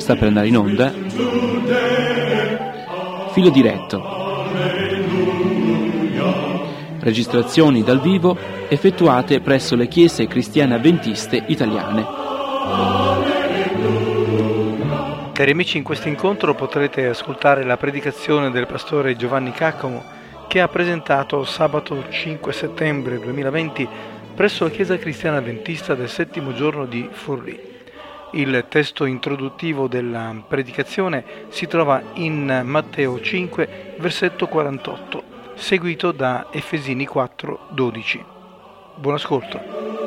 sta per andare in onda Filo Diretto. Registrazioni dal vivo effettuate presso le chiese cristiane avventiste italiane. Cari amici, in questo incontro potrete ascoltare la predicazione del pastore Giovanni Caccomo, che ha presentato sabato 5 settembre 2020 presso la Chiesa Cristiana Adventista del Settimo Giorno di Forlì. Il testo introduttivo della predicazione si trova in Matteo 5, versetto 48, seguito da Efesini 4, 12. Buon ascolto.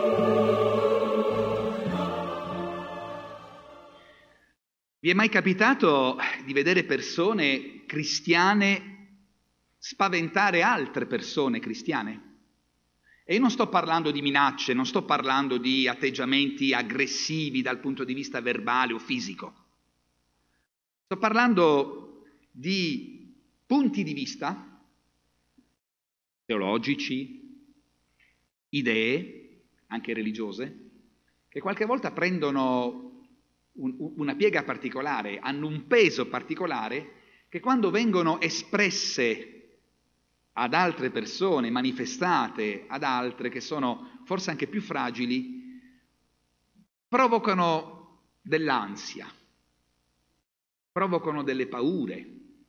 Vi è mai capitato di vedere persone cristiane spaventare altre persone cristiane? E io non sto parlando di minacce, non sto parlando di atteggiamenti aggressivi dal punto di vista verbale o fisico. Sto parlando di punti di vista teologici, idee, anche religiose, che qualche volta prendono una piega particolare, hanno un peso particolare, che quando vengono espresse ad altre persone, manifestate ad altre che sono forse anche più fragili, provocano dell'ansia, provocano delle paure,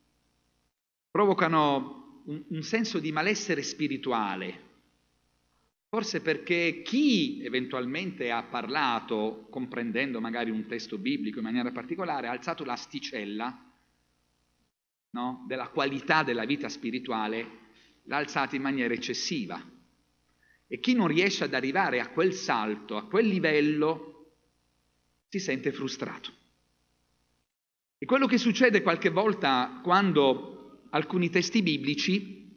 provocano un senso di malessere spirituale, forse perché chi eventualmente ha parlato, comprendendo magari un testo biblico in maniera particolare, ha alzato l'asticella, no, della qualità della vita spirituale, l'ha alzata in maniera eccessiva. E chi non riesce ad arrivare a quel salto, a quel livello, si sente frustrato. E quello che succede qualche volta quando alcuni testi biblici,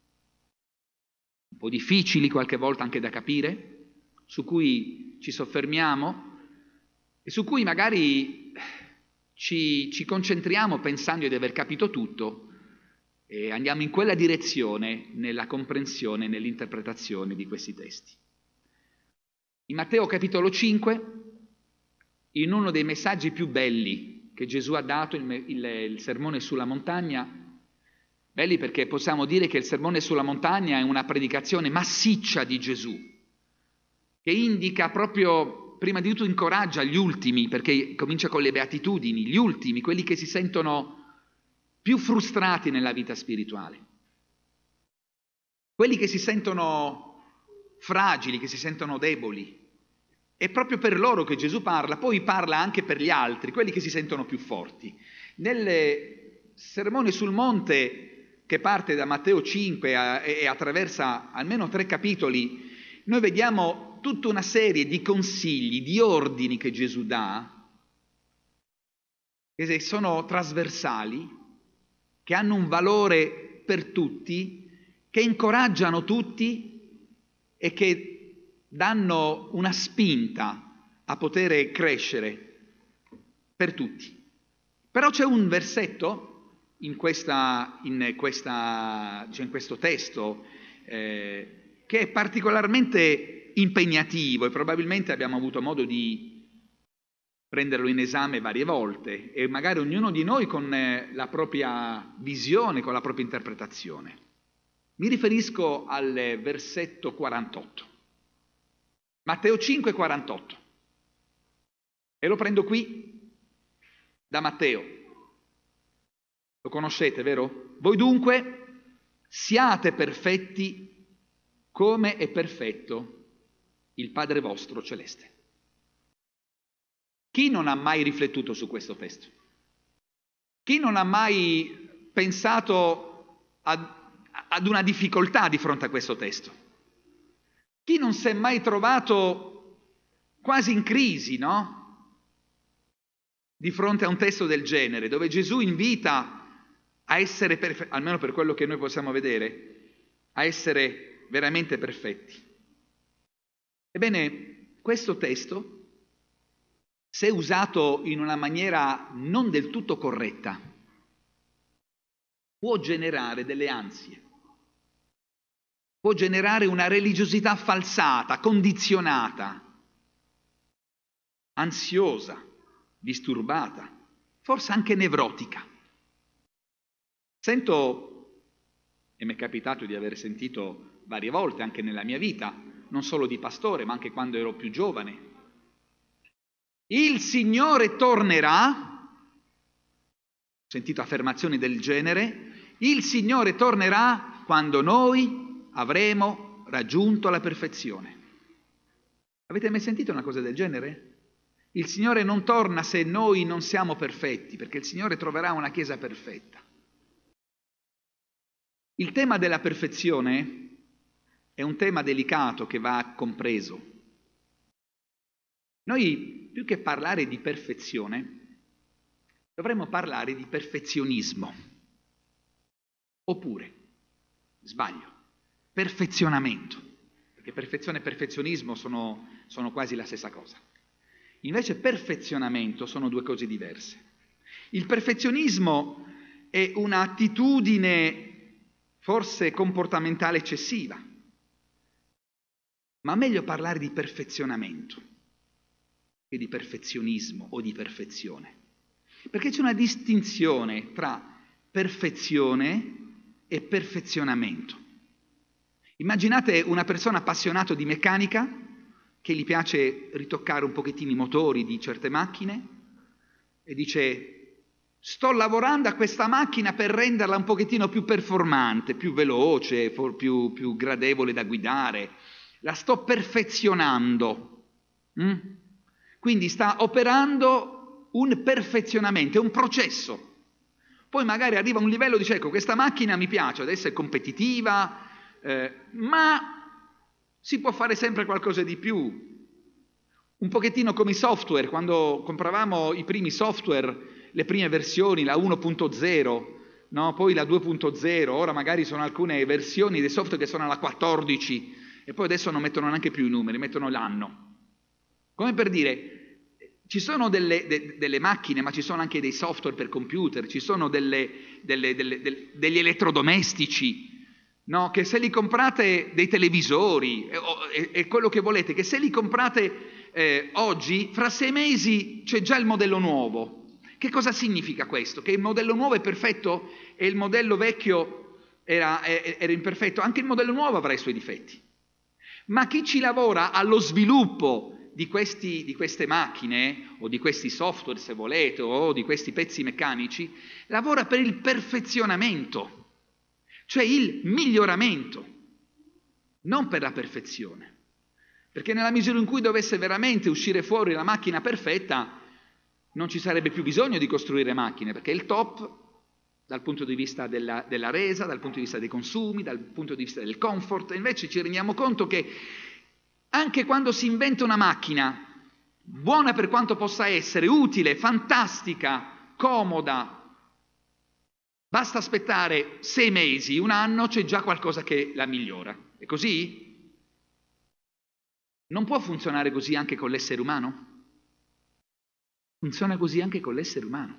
un po' difficili qualche volta anche da capire, su cui ci soffermiamo e su cui magari ci concentriamo pensando di aver capito tutto, e andiamo in quella direzione nella comprensione e nell'interpretazione di questi testi. In Matteo capitolo 5, in uno dei messaggi più belli che Gesù ha dato, il sermone sulla montagna, belli perché possiamo dire che il sermone sulla montagna è una predicazione massiccia di Gesù, che indica proprio, prima di tutto incoraggia gli ultimi, perché comincia con le beatitudini, gli ultimi, quelli che si sentono più frustrati nella vita spirituale, quelli che si sentono fragili, che si sentono deboli. È proprio per loro che Gesù parla, poi parla anche per gli altri, quelli che si sentono più forti. Nel sermone sul monte, che parte da Matteo 5 e attraversa almeno 3 capitoli, noi vediamo tutta una serie di consigli, di ordini che Gesù dà, che sono trasversali, che hanno un valore per tutti, che incoraggiano tutti e che danno una spinta a poter crescere per tutti. Però c'è un versetto in questo testo che è particolarmente impegnativo e probabilmente abbiamo avuto modo di prenderlo in esame varie volte e magari ognuno di noi con la propria visione, con la propria interpretazione. Mi riferisco al versetto 48. Matteo 5, 48. E lo prendo qui da Matteo. Lo conoscete, vero? Voi dunque siate perfetti come è perfetto il Padre vostro celeste. Chi non ha mai riflettuto su questo testo? Chi non ha mai pensato ad una difficoltà di fronte a questo testo? Chi non si è mai trovato quasi in crisi, no? Di fronte a un testo del genere, dove Gesù invita a essere perfetti, almeno per quello che noi possiamo vedere, a essere veramente perfetti. Ebbene, questo testo, se usato in una maniera non del tutto corretta, può generare delle ansie, può generare una religiosità falsata, condizionata, ansiosa, disturbata. forse anche nevrotica. Sento, e mi è capitato di aver sentito varie volte anche nella mia vita, non solo di pastore, ma anche quando ero più giovane, il Signore tornerà, ho sentito affermazioni del genere, il Signore tornerà quando noi avremo raggiunto la perfezione. Avete mai sentito una cosa del genere? Il Signore non torna se noi non siamo perfetti, perché il Signore troverà una Chiesa perfetta. Il tema della perfezione è un tema delicato che va compreso. Noi, più che parlare di perfezione, dovremmo parlare di perfezionismo. Oppure, sbaglio, perfezionamento, perché perfezione e perfezionismo sono quasi la stessa cosa. Invece perfezionamento sono due cose diverse. Il perfezionismo è un'attitudine forse comportamentale eccessiva, ma meglio parlare di perfezionamento che di perfezionismo o di perfezione, perché c'è una distinzione tra perfezione e perfezionamento. Immaginate una persona appassionata di meccanica che gli piace ritoccare un pochettino i motori di certe macchine e dice: sto lavorando a questa macchina per renderla un pochettino più performante, più veloce, più gradevole da guidare. La sto perfezionando. Quindi sta operando un perfezionamento, è un processo. Poi magari arriva a un livello e dice: ecco, questa macchina mi piace, adesso è competitiva, ma si può fare sempre qualcosa di più. Un pochettino come i software, quando compravamo i primi software, le prime versioni, la 1.0, no? Poi la 2.0, ora magari sono alcune versioni dei software che sono alla 14 e poi adesso non mettono neanche più i numeri, mettono l'anno. Come per dire, ci sono delle macchine, ma ci sono anche dei software per computer, ci sono degli elettrodomestici, no? Che se li comprate, dei televisori e quello che volete, che se li comprate oggi, fra 6 mesi c'è già il modello nuovo. Che cosa significa questo? Che il modello nuovo è perfetto e il modello vecchio era imperfetto? Anche il modello nuovo avrà i suoi difetti. Ma chi ci lavora allo sviluppo di queste macchine o di questi software, se volete, o di questi pezzi meccanici, lavora per il perfezionamento, cioè il miglioramento, non per la perfezione. Perché nella misura in cui dovesse veramente uscire fuori la macchina perfetta, non ci sarebbe più bisogno di costruire macchine, perché è il top dal punto di vista della resa, dal punto di vista dei consumi, dal punto di vista del comfort. E invece ci rendiamo conto che anche quando si inventa una macchina, buona per quanto possa essere, utile, fantastica, comoda, basta aspettare 6 mesi, un anno, c'è già qualcosa che la migliora. È così? Non può funzionare così anche con l'essere umano? Funziona così anche con l'essere umano.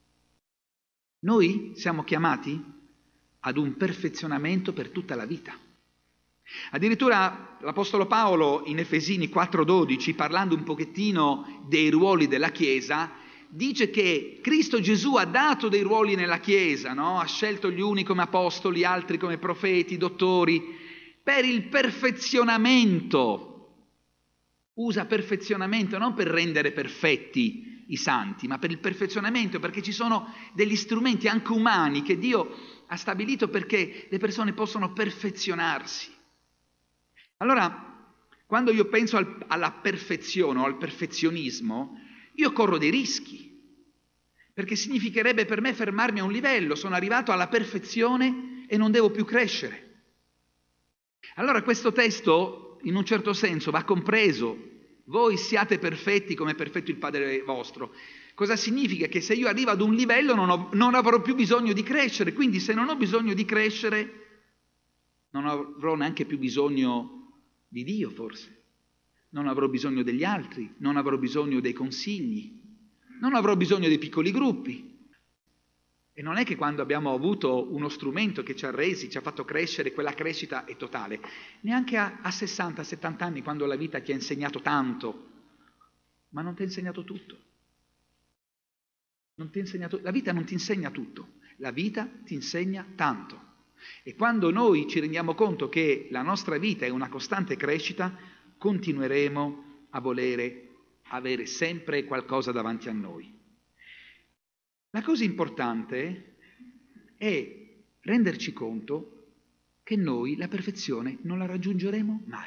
Noi siamo chiamati ad un perfezionamento per tutta la vita. Addirittura l'Apostolo Paolo in Efesini 4,12, parlando un pochettino dei ruoli della Chiesa, dice che Cristo Gesù ha dato dei ruoli nella Chiesa, no? Ha scelto gli uni come apostoli, altri come profeti, dottori, per il perfezionamento. Usa perfezionamento non per rendere perfetti i santi, ma per il perfezionamento, perché ci sono degli strumenti anche umani che Dio ha stabilito perché le persone possono perfezionarsi. Allora, quando io penso alla perfezione o al perfezionismo, io corro dei rischi, perché significherebbe per me fermarmi a un livello, sono arrivato alla perfezione e non devo più crescere. Allora questo testo, in un certo senso, va compreso. Voi siate perfetti come è perfetto il Padre vostro. Cosa significa? Che se io arrivo ad un livello non avrò più bisogno di crescere, quindi se non ho bisogno di crescere non avrò neanche più bisogno di Dio forse, non avrò bisogno degli altri, non avrò bisogno dei consigli, non avrò bisogno dei piccoli gruppi. E non è che quando abbiamo avuto uno strumento che ci ha fatto crescere, quella crescita è totale. Neanche a 60-70 anni, quando la vita ti ha insegnato tanto, ma non ti ha insegnato tutto. Non ti insegna la vita non ti insegna tutto, la vita ti insegna tanto. E quando noi ci rendiamo conto che la nostra vita è una costante crescita, continueremo a volere avere sempre qualcosa davanti a noi. La cosa importante è renderci conto che noi la perfezione non la raggiungeremo mai.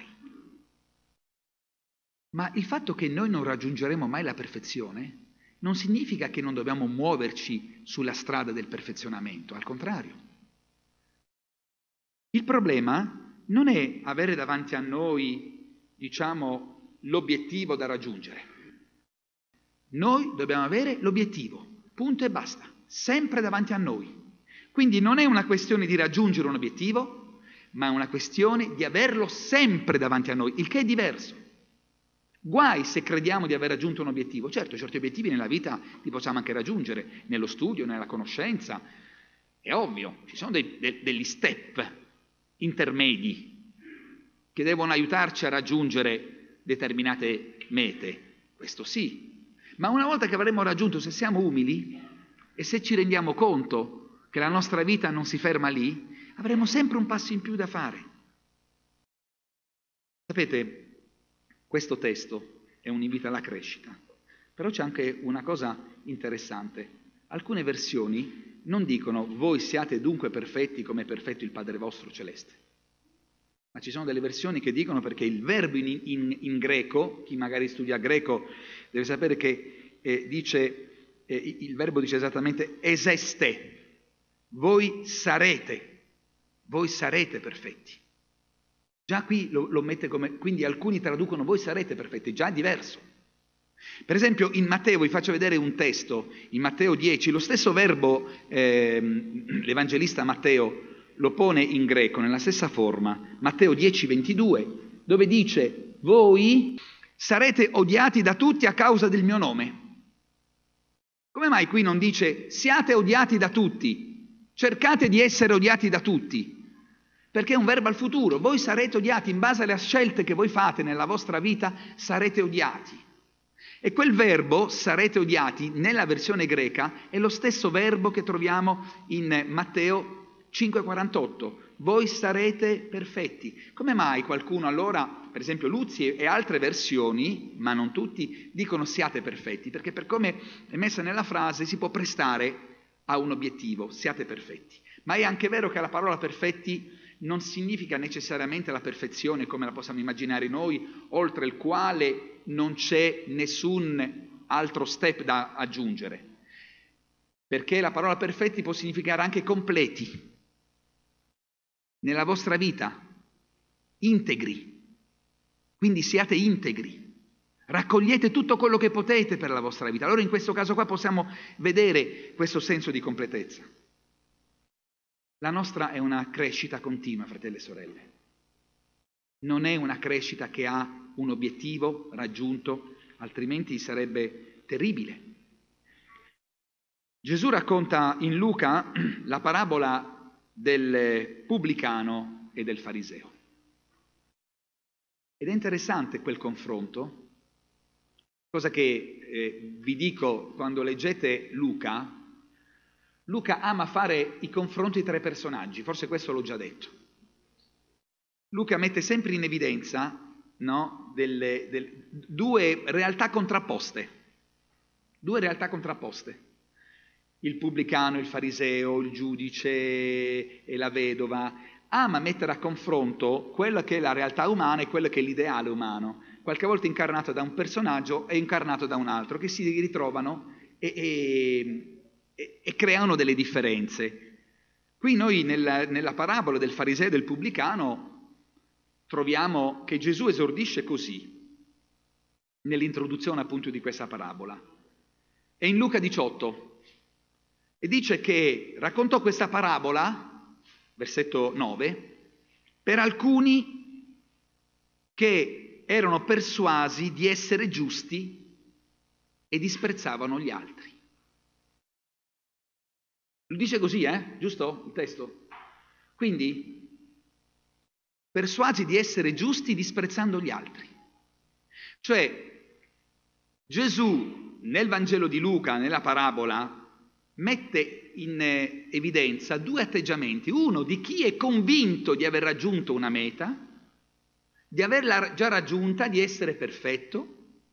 Ma il fatto che noi non raggiungeremo mai la perfezione non significa che non dobbiamo muoverci sulla strada del perfezionamento, al contrario. Il problema non è avere davanti a noi, l'obiettivo da raggiungere. Noi dobbiamo avere l'obiettivo, punto e basta, sempre davanti a noi. Quindi non è una questione di raggiungere un obiettivo, ma è una questione di averlo sempre davanti a noi, il che è diverso. Guai se crediamo di aver raggiunto un obiettivo. Certo, certi obiettivi nella vita li possiamo anche raggiungere, nello studio, nella conoscenza. È ovvio, ci sono degli step intermedi che devono aiutarci a raggiungere determinate mete. Questo sì. Ma una volta che avremo raggiunto, se siamo umili e se ci rendiamo conto che la nostra vita non si ferma lì, avremo sempre un passo in più da fare. Sapete, questo testo è un invito alla crescita, però c'è anche una cosa interessante. Alcune versioni non dicono voi siate dunque perfetti come è perfetto il Padre vostro celeste, ma ci sono delle versioni che dicono, perché il verbo in greco, chi magari studia greco deve sapere che il verbo dice esattamente eseste, voi sarete perfetti. Già qui lo mette come, quindi alcuni traducono voi sarete perfetti, già è diverso. Per esempio in Matteo, vi faccio vedere un testo, in Matteo 10, lo stesso verbo, l'Evangelista Matteo lo pone in greco nella stessa forma, Matteo 10, 22, dove dice voi sarete odiati da tutti a causa del mio nome. Come mai qui non dice siate odiati da tutti, cercate di essere odiati da tutti? Perché è un verbo al futuro, voi sarete odiati in base alle scelte che voi fate nella vostra vita, sarete odiati. E quel verbo, sarete odiati, nella versione greca, è lo stesso verbo che troviamo in Matteo 5,48. Voi sarete perfetti. Come mai qualcuno allora, per esempio Luzzi e altre versioni, ma non tutti, dicono siate perfetti? Perché per come è messa nella frase si può prestare a un obiettivo, siate perfetti. Ma è anche vero che la parola perfetti non significa necessariamente la perfezione come la possiamo immaginare noi, oltre il quale non c'è nessun altro step da aggiungere. Perché la parola perfetti può significare anche completi. Nella vostra vita, integri. Quindi siate integri. Raccogliete tutto quello che potete per la vostra vita. Allora in questo caso qua possiamo vedere questo senso di completezza. La nostra è una crescita continua, fratelli e sorelle. Non è una crescita che ha un obiettivo raggiunto, altrimenti sarebbe terribile. Gesù racconta in Luca la parabola del pubblicano e del fariseo. Ed è interessante quel confronto, cosa che vi dico quando leggete Luca. Luca ama fare i confronti tra i personaggi, forse questo l'ho già detto. Luca mette sempre in evidenza, no, due realtà contrapposte. Due realtà contrapposte. Il pubblicano, il fariseo, il giudice e la vedova. Ama mettere a confronto quella che è la realtà umana e quello che è l'ideale umano, qualche volta incarnato da un personaggio e incarnato da un altro, che si ritrovano e creano delle differenze. Qui noi nella parabola del fariseo e del pubblicano troviamo che Gesù esordisce così, nell'introduzione appunto di questa parabola. È in Luca 18 e dice che raccontò questa parabola, versetto 9, per alcuni che erano persuasi di essere giusti e disprezzavano gli altri. Lo dice così, giusto il testo? Quindi, persuasi di essere giusti disprezzando gli altri. Cioè, Gesù nel Vangelo di Luca, nella parabola, mette in evidenza due atteggiamenti. Uno di chi è convinto di aver raggiunto una meta, di averla già raggiunta, di essere perfetto,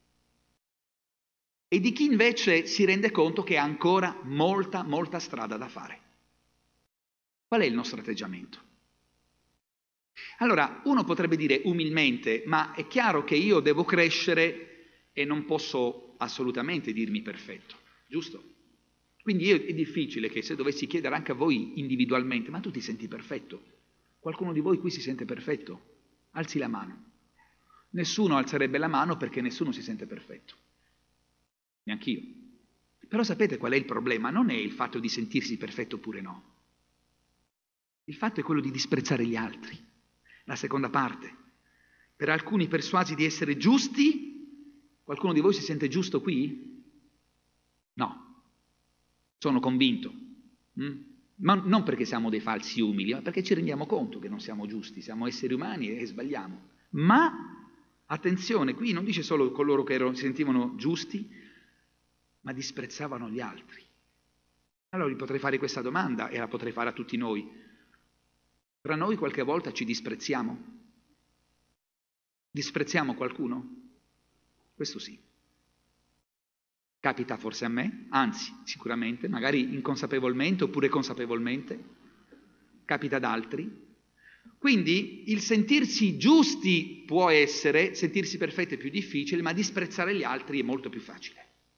e di chi invece si rende conto che ha ancora molta, molta strada da fare. Qual è il nostro atteggiamento? Allora, uno potrebbe dire umilmente, ma è chiaro che io devo crescere e non posso assolutamente dirmi perfetto, giusto? Quindi è difficile che se dovessi chiedere anche a voi individualmente, ma tu ti senti perfetto? Qualcuno di voi qui si sente perfetto? Alzi la mano. Nessuno alzerebbe la mano perché nessuno si sente perfetto. Neanch'io. Però sapete qual è il problema? Non è il fatto di sentirsi perfetto oppure no. Il fatto è quello di disprezzare gli altri. La seconda parte. Per alcuni persuasi di essere giusti, qualcuno di voi si sente giusto qui? No. Sono convinto. Ma non perché siamo dei falsi umili, ma perché ci rendiamo conto che non siamo giusti, siamo esseri umani e sbagliamo. Ma, attenzione, qui non dice solo coloro che si sentivano giusti, ma disprezzavano gli altri. Allora gli potrei fare questa domanda e la potrei fare a tutti noi. Tra noi qualche volta ci disprezziamo? Disprezziamo qualcuno? Questo sì. Capita forse a me, anzi, sicuramente, magari inconsapevolmente oppure consapevolmente, capita ad altri. Quindi il sentirsi giusti può essere, sentirsi perfetti è più difficile, ma disprezzare gli altri è molto più facile.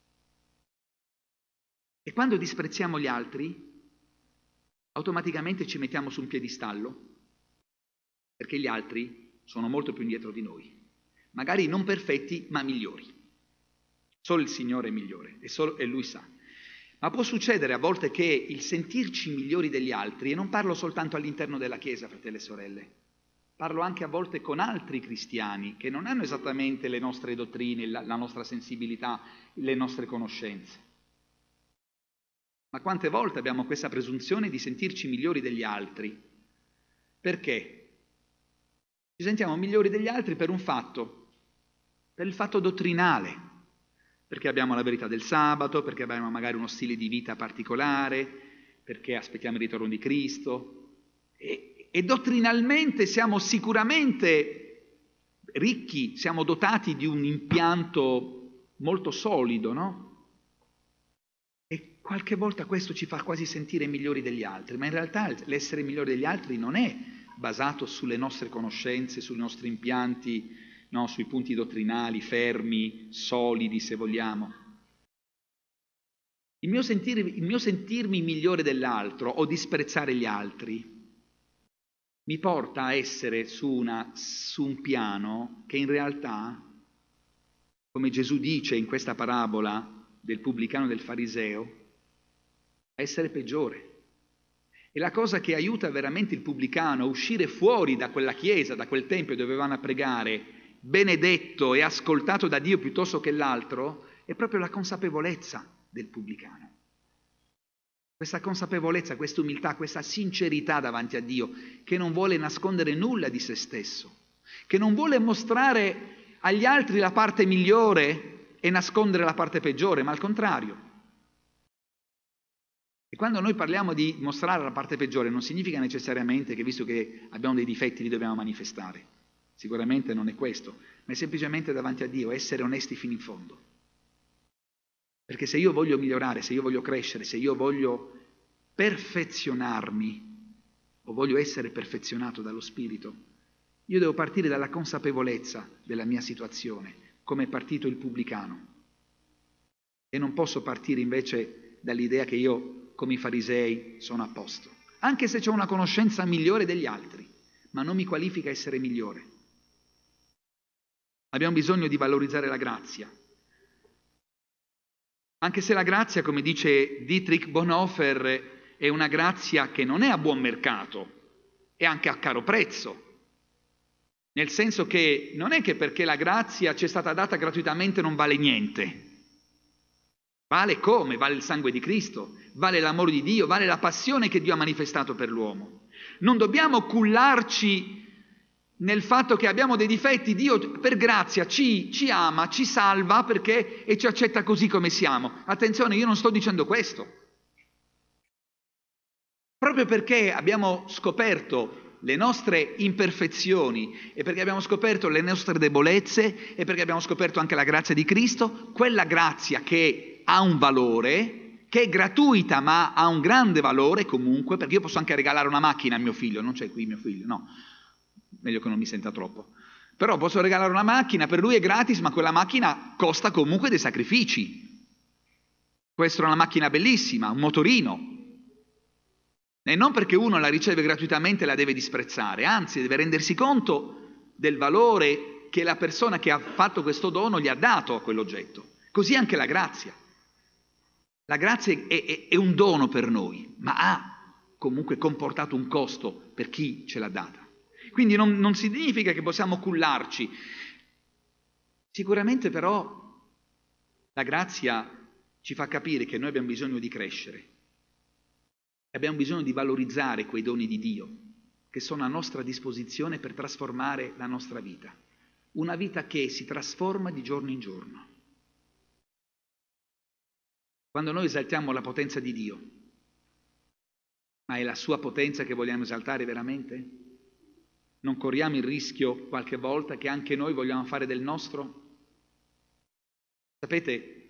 E quando disprezziamo gli altri, automaticamente ci mettiamo su un piedistallo, perché gli altri sono molto più indietro di noi, magari non perfetti, ma migliori. Solo il Signore è migliore e Lui sa. Ma può succedere a volte che il sentirci migliori degli altri, e non parlo soltanto all'interno della Chiesa, fratelli e sorelle, parlo anche a volte con altri cristiani che non hanno esattamente le nostre dottrine, la nostra sensibilità, le nostre conoscenze. Ma quante volte abbiamo questa presunzione di sentirci migliori degli altri? Perché? Ci sentiamo migliori degli altri per un fatto, per il fatto dottrinale. Perché abbiamo la verità del sabato, perché abbiamo magari uno stile di vita particolare, perché aspettiamo il ritorno di Cristo. E dottrinalmente siamo sicuramente ricchi, siamo dotati di un impianto molto solido, no? E qualche volta questo ci fa quasi sentire migliori degli altri, ma in realtà l'essere migliori degli altri non è basato sulle nostre conoscenze, sui nostri impianti, no, sui punti dottrinali, fermi, solidi, se vogliamo. Il mio sentirmi migliore dell'altro o disprezzare gli altri mi porta a essere su un piano che in realtà, come Gesù dice in questa parabola del pubblicano e del fariseo, a essere peggiore. E la cosa che aiuta veramente il pubblicano a uscire fuori da quella chiesa, da quel tempio dove vanno a pregare, benedetto e ascoltato da Dio piuttosto che l'altro, è proprio la consapevolezza del pubblicano. Questa consapevolezza, questa umiltà, questa sincerità davanti a Dio, che non vuole nascondere nulla di se stesso, che non vuole mostrare agli altri la parte migliore e nascondere la parte peggiore, ma al contrario. E quando noi parliamo di mostrare la parte peggiore non significa necessariamente che visto che abbiamo dei difetti li dobbiamo manifestare. Sicuramente non è questo, ma è semplicemente davanti a Dio, essere onesti fino in fondo. Perché se io voglio migliorare, se io voglio crescere, se io voglio perfezionarmi o voglio essere perfezionato dallo Spirito, io devo partire dalla consapevolezza della mia situazione, come è partito il pubblicano. E non posso partire invece dall'idea che io, come i farisei, sono a posto. Anche se ho una conoscenza migliore degli altri, ma non mi qualifica essere migliore. Abbiamo bisogno di valorizzare la grazia. Anche se la grazia, come dice Dietrich Bonhoeffer, è una grazia che non è a buon mercato, è anche a caro prezzo. Nel senso che non è che perché la grazia ci è stata data gratuitamente non vale niente. Vale come? Vale il sangue di Cristo, vale l'amore di Dio, vale la passione che Dio ha manifestato per l'uomo. Non dobbiamo cullarci nel fatto che abbiamo dei difetti, Dio per grazia ci ama, ci salva e ci accetta così come siamo. Attenzione, io non sto dicendo questo. Proprio perché abbiamo scoperto le nostre imperfezioni e perché abbiamo scoperto le nostre debolezze e perché abbiamo scoperto anche la grazia di Cristo, quella grazia che ha un valore, che è gratuita ma ha un grande valore comunque, perché io posso anche regalare una macchina a mio figlio, non c'è qui mio figlio, no, meglio che non mi senta troppo, però posso regalare una macchina, per lui è gratis, ma quella macchina costa comunque dei sacrifici. Può essere una macchina bellissima, un motorino, e non perché uno la riceve gratuitamente la deve disprezzare, anzi deve rendersi conto del valore che la persona che ha fatto questo dono gli ha dato a quell'oggetto. Così anche la grazia. La grazia è un dono per noi, ma ha comunque comportato un costo per chi ce l'ha data. Quindi non significa che possiamo cullarci. Sicuramente però la grazia ci fa capire che noi abbiamo bisogno di crescere. Abbiamo bisogno di valorizzare quei doni di Dio che sono a nostra disposizione per trasformare la nostra vita. Una vita che si trasforma di giorno in giorno. Quando noi esaltiamo la potenza di Dio, ma è la sua potenza che vogliamo esaltare veramente? Non corriamo il rischio qualche volta che anche noi vogliamo fare del nostro? Sapete,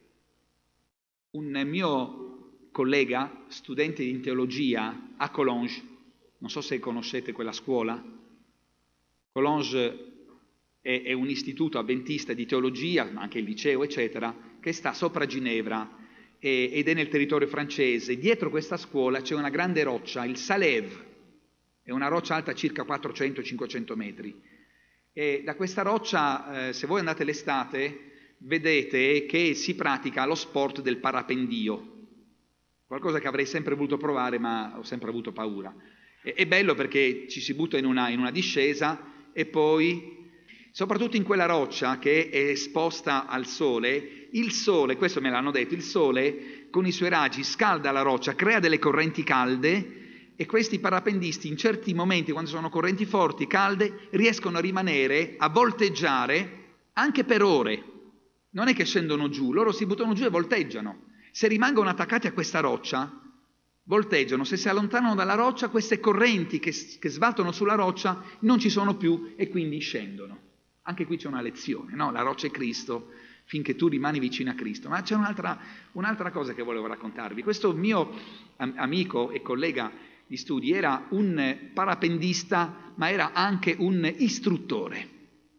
un mio collega, studente in teologia a Collonges, non so se conoscete quella scuola. Collonges è un istituto avventista di teologia, ma anche il liceo, eccetera, che sta sopra Ginevra ed è nel territorio francese. Dietro questa scuola c'è una grande roccia, il Salève, è una roccia alta circa 400-500 metri. E da questa roccia, se voi andate l'estate, vedete che si pratica lo sport del parapendio. Qualcosa che avrei sempre voluto provare, ma ho sempre avuto paura. È bello perché ci si butta in una discesa e poi, soprattutto in quella roccia che è esposta al sole, il sole, questo me l'hanno detto, il sole con i suoi raggi scalda la roccia, crea delle correnti calde e questi parapendisti in certi momenti, quando sono correnti forti, calde, riescono a rimanere, a volteggiare anche per ore. Non è che scendono giù, loro si buttano giù e volteggiano. Se rimangono attaccati a questa roccia, volteggiano. Se si allontanano dalla roccia, queste correnti che sbattono sulla roccia non ci sono più e quindi scendono. Anche qui c'è una lezione, no? La roccia è Cristo, finché tu rimani vicino a Cristo. Ma c'è un'altra cosa che volevo raccontarvi. Questo mio amico e collega di studi era un parapendista, ma era anche un istruttore.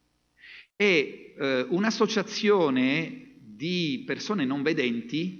E un'associazione di persone non vedenti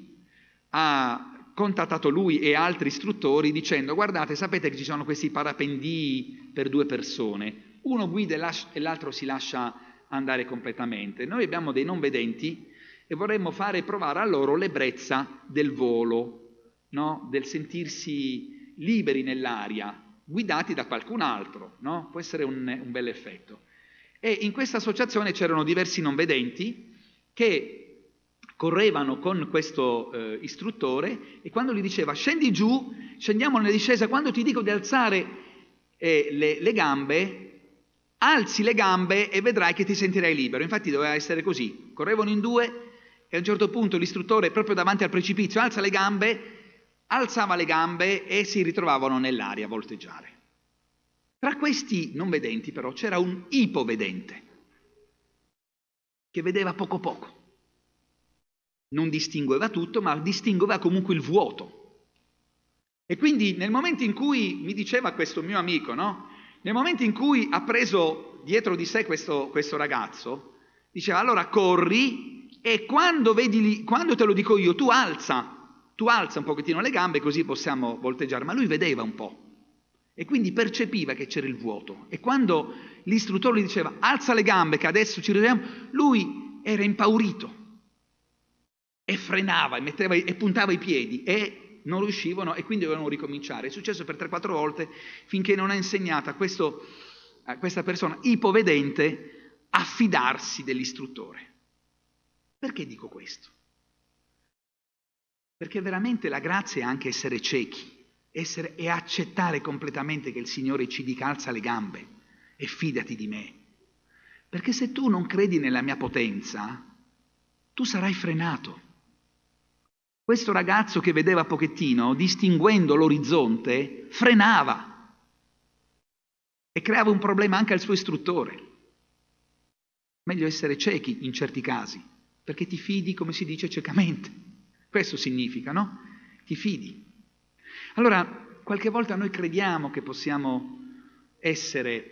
ha contattato lui e altri istruttori dicendo: guardate, sapete che ci sono questi parapendii per 2 persone, uno guida e l'altro si lascia andare completamente. Noi abbiamo dei non vedenti e vorremmo fare provare a loro l'ebbrezza del volo, no? Del sentirsi liberi nell'aria, guidati da qualcun altro, no? Può essere un bel effetto. E in questa associazione c'erano diversi non vedenti che correvano con questo istruttore e quando gli diceva scendi giù, scendiamo nella discesa, quando ti dico di alzare le gambe, alzi le gambe e vedrai che ti sentirai libero. Infatti doveva essere così, correvano in 2 e a un certo punto l'istruttore proprio davanti al precipizio alza le gambe, alzava le gambe e si ritrovavano nell'aria a volteggiare. Tra questi non vedenti però c'era un ipovedente che vedeva poco poco. Non distingueva tutto, ma distingueva comunque il vuoto. E quindi nel momento in cui, mi diceva questo mio amico, no? Nel momento in cui ha preso dietro di sé questo ragazzo, diceva allora corri e quando te lo dico io, tu alza un pochettino le gambe così possiamo volteggiare. Ma lui vedeva un po' e quindi percepiva che c'era il vuoto. E quando l'istruttore gli diceva alza le gambe che adesso ci ritroviamo, lui era impaurito. E frenava e puntava i piedi e non riuscivano e quindi dovevano ricominciare. È successo per 3-4 volte finché non ha insegnato a questa persona ipovedente a fidarsi dell'istruttore. Perché dico questo? Perché veramente la grazia è anche essere ciechi e accettare completamente che il Signore ci dica alza le gambe e fidati di me. Perché se tu non credi nella mia potenza, tu sarai frenato. Questo ragazzo che vedeva pochettino, distinguendo l'orizzonte, frenava e creava un problema anche al suo istruttore. Meglio essere ciechi in certi casi, perché ti fidi, come si dice, ciecamente. Questo significa, no? Ti fidi. Allora, qualche volta noi crediamo che possiamo essere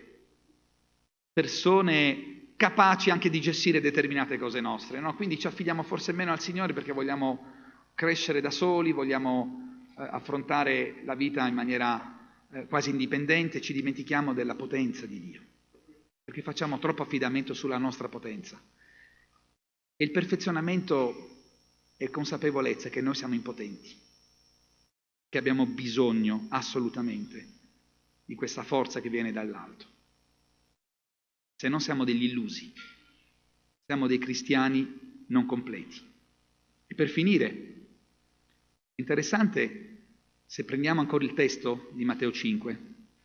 persone capaci anche di gestire determinate cose nostre, no? Quindi ci affidiamo forse meno al Signore perché vogliamo crescere da soli, vogliamo affrontare la vita in maniera quasi indipendente, ci dimentichiamo della potenza di Dio, perché facciamo troppo affidamento sulla nostra potenza. E il perfezionamento è consapevolezza che noi siamo impotenti, che abbiamo bisogno assolutamente di questa forza che viene dall'alto. Se no siamo degli illusi, siamo dei cristiani non completi. E per finire, interessante, se prendiamo ancora il testo di Matteo 5,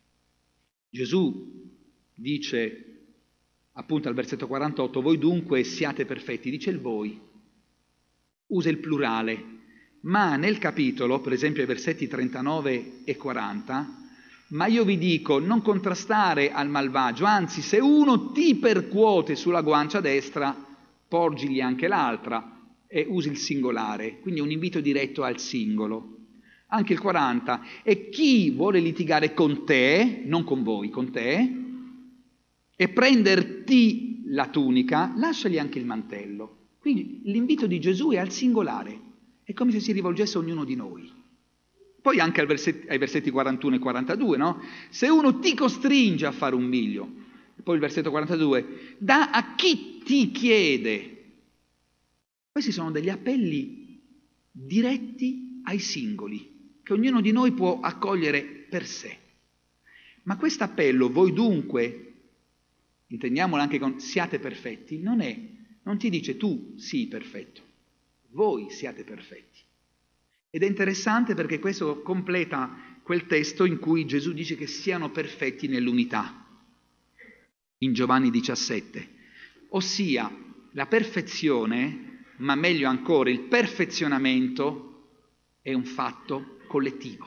Gesù dice, appunto al versetto 48, voi dunque siate perfetti, dice il voi, usa il plurale, ma nel capitolo, per esempio ai versetti 39 e 40, ma io vi dico, non contrastare al malvagio, anzi se uno ti percuote sulla guancia destra, porgigli anche l'altra, e usi il singolare, quindi un invito diretto al singolo. Anche il 40, e chi vuole litigare con te, non con voi, con te, e prenderti la tunica, lasciagli anche il mantello. Quindi l'invito di Gesù è al singolare, è come se si rivolgesse a ognuno di noi. Poi anche ai versetti 41 e 42, no? Se uno ti costringe a fare un miglio, poi il versetto 42, dà a chi ti chiede. Questi sono degli appelli diretti ai singoli, che ognuno di noi può accogliere per sé. Ma questo appello, voi dunque, intendiamolo anche con siate perfetti, non ti dice tu sii perfetto, voi siate perfetti. Ed è interessante perché questo completa quel testo in cui Gesù dice che siano perfetti nell'unità, in Giovanni 17, ossia la perfezione, ma meglio ancora il perfezionamento è un fatto collettivo.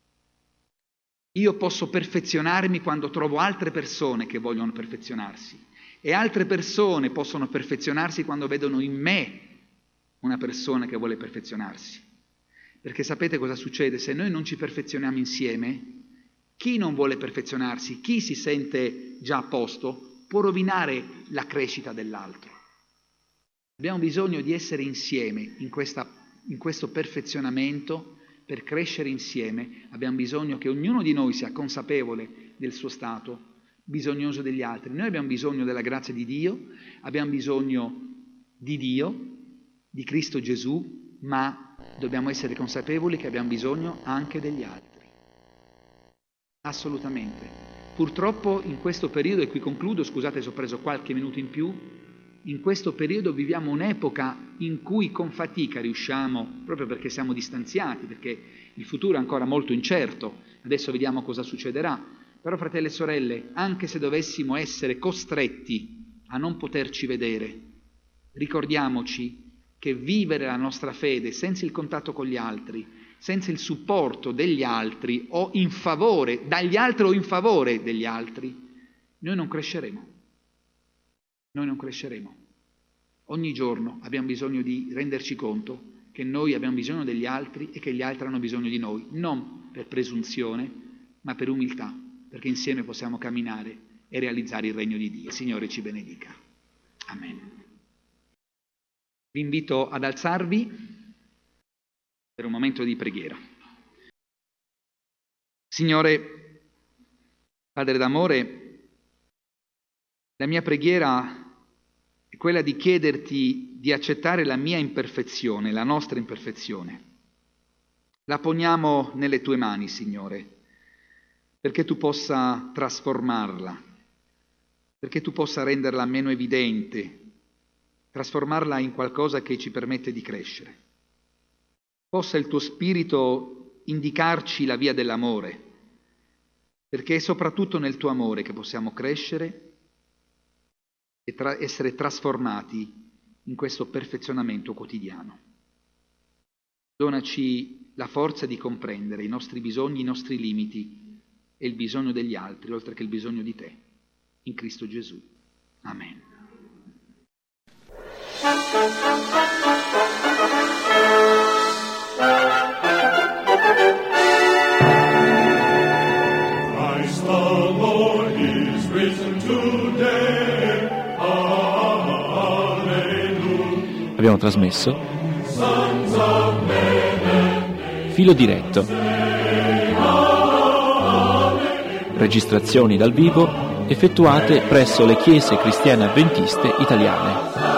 Io posso perfezionarmi quando trovo altre persone che vogliono perfezionarsi e altre persone possono perfezionarsi quando vedono in me una persona che vuole perfezionarsi. Perché sapete cosa succede? Se noi non ci perfezioniamo insieme, chi non vuole perfezionarsi, chi si sente già a posto, può rovinare la crescita dell'altro. Abbiamo bisogno di essere insieme in questo perfezionamento. Per crescere insieme abbiamo bisogno che ognuno di noi sia consapevole del suo stato, bisognoso degli altri. Noi abbiamo bisogno della grazia di Dio, abbiamo bisogno di Dio, di Cristo Gesù, ma dobbiamo essere consapevoli che abbiamo bisogno anche degli altri. Assolutamente. Purtroppo in questo periodo, e qui concludo, scusate se ho preso qualche minuto in più, in questo periodo viviamo un'epoca in cui con fatica riusciamo, proprio perché siamo distanziati, perché il futuro è ancora molto incerto, adesso vediamo cosa succederà, però fratelli e sorelle, anche se dovessimo essere costretti a non poterci vedere, ricordiamoci che vivere la nostra fede senza il contatto con gli altri, senza il supporto degli altri o in favore, dagli altri o in favore degli altri, noi non cresceremo. Noi non cresceremo. Ogni giorno abbiamo bisogno di renderci conto che noi abbiamo bisogno degli altri e che gli altri hanno bisogno di noi, non per presunzione, ma per umiltà, perché insieme possiamo camminare e realizzare il regno di Dio. Il Signore ci benedica. Amen. Vi invito ad alzarvi per un momento di preghiera. Signore, Padre d'amore, la mia preghiera è quella di chiederti di accettare la mia imperfezione, la nostra imperfezione. La poniamo nelle tue mani, Signore, perché tu possa trasformarla, perché tu possa renderla meno evidente, trasformarla in qualcosa che ci permette di crescere. Possa il tuo Spirito indicarci la via dell'amore, perché è soprattutto nel tuo amore che possiamo crescere e essere trasformati in questo perfezionamento quotidiano. Donaci la forza di comprendere i nostri bisogni, i nostri limiti e il bisogno degli altri, oltre che il bisogno di te, in Cristo Gesù. Amen. Christ the Lord is risen today. Alleluia. Abbiamo trasmesso Filo diretto. Registrazioni dal vivo effettuate presso le chiese cristiane avventiste italiane.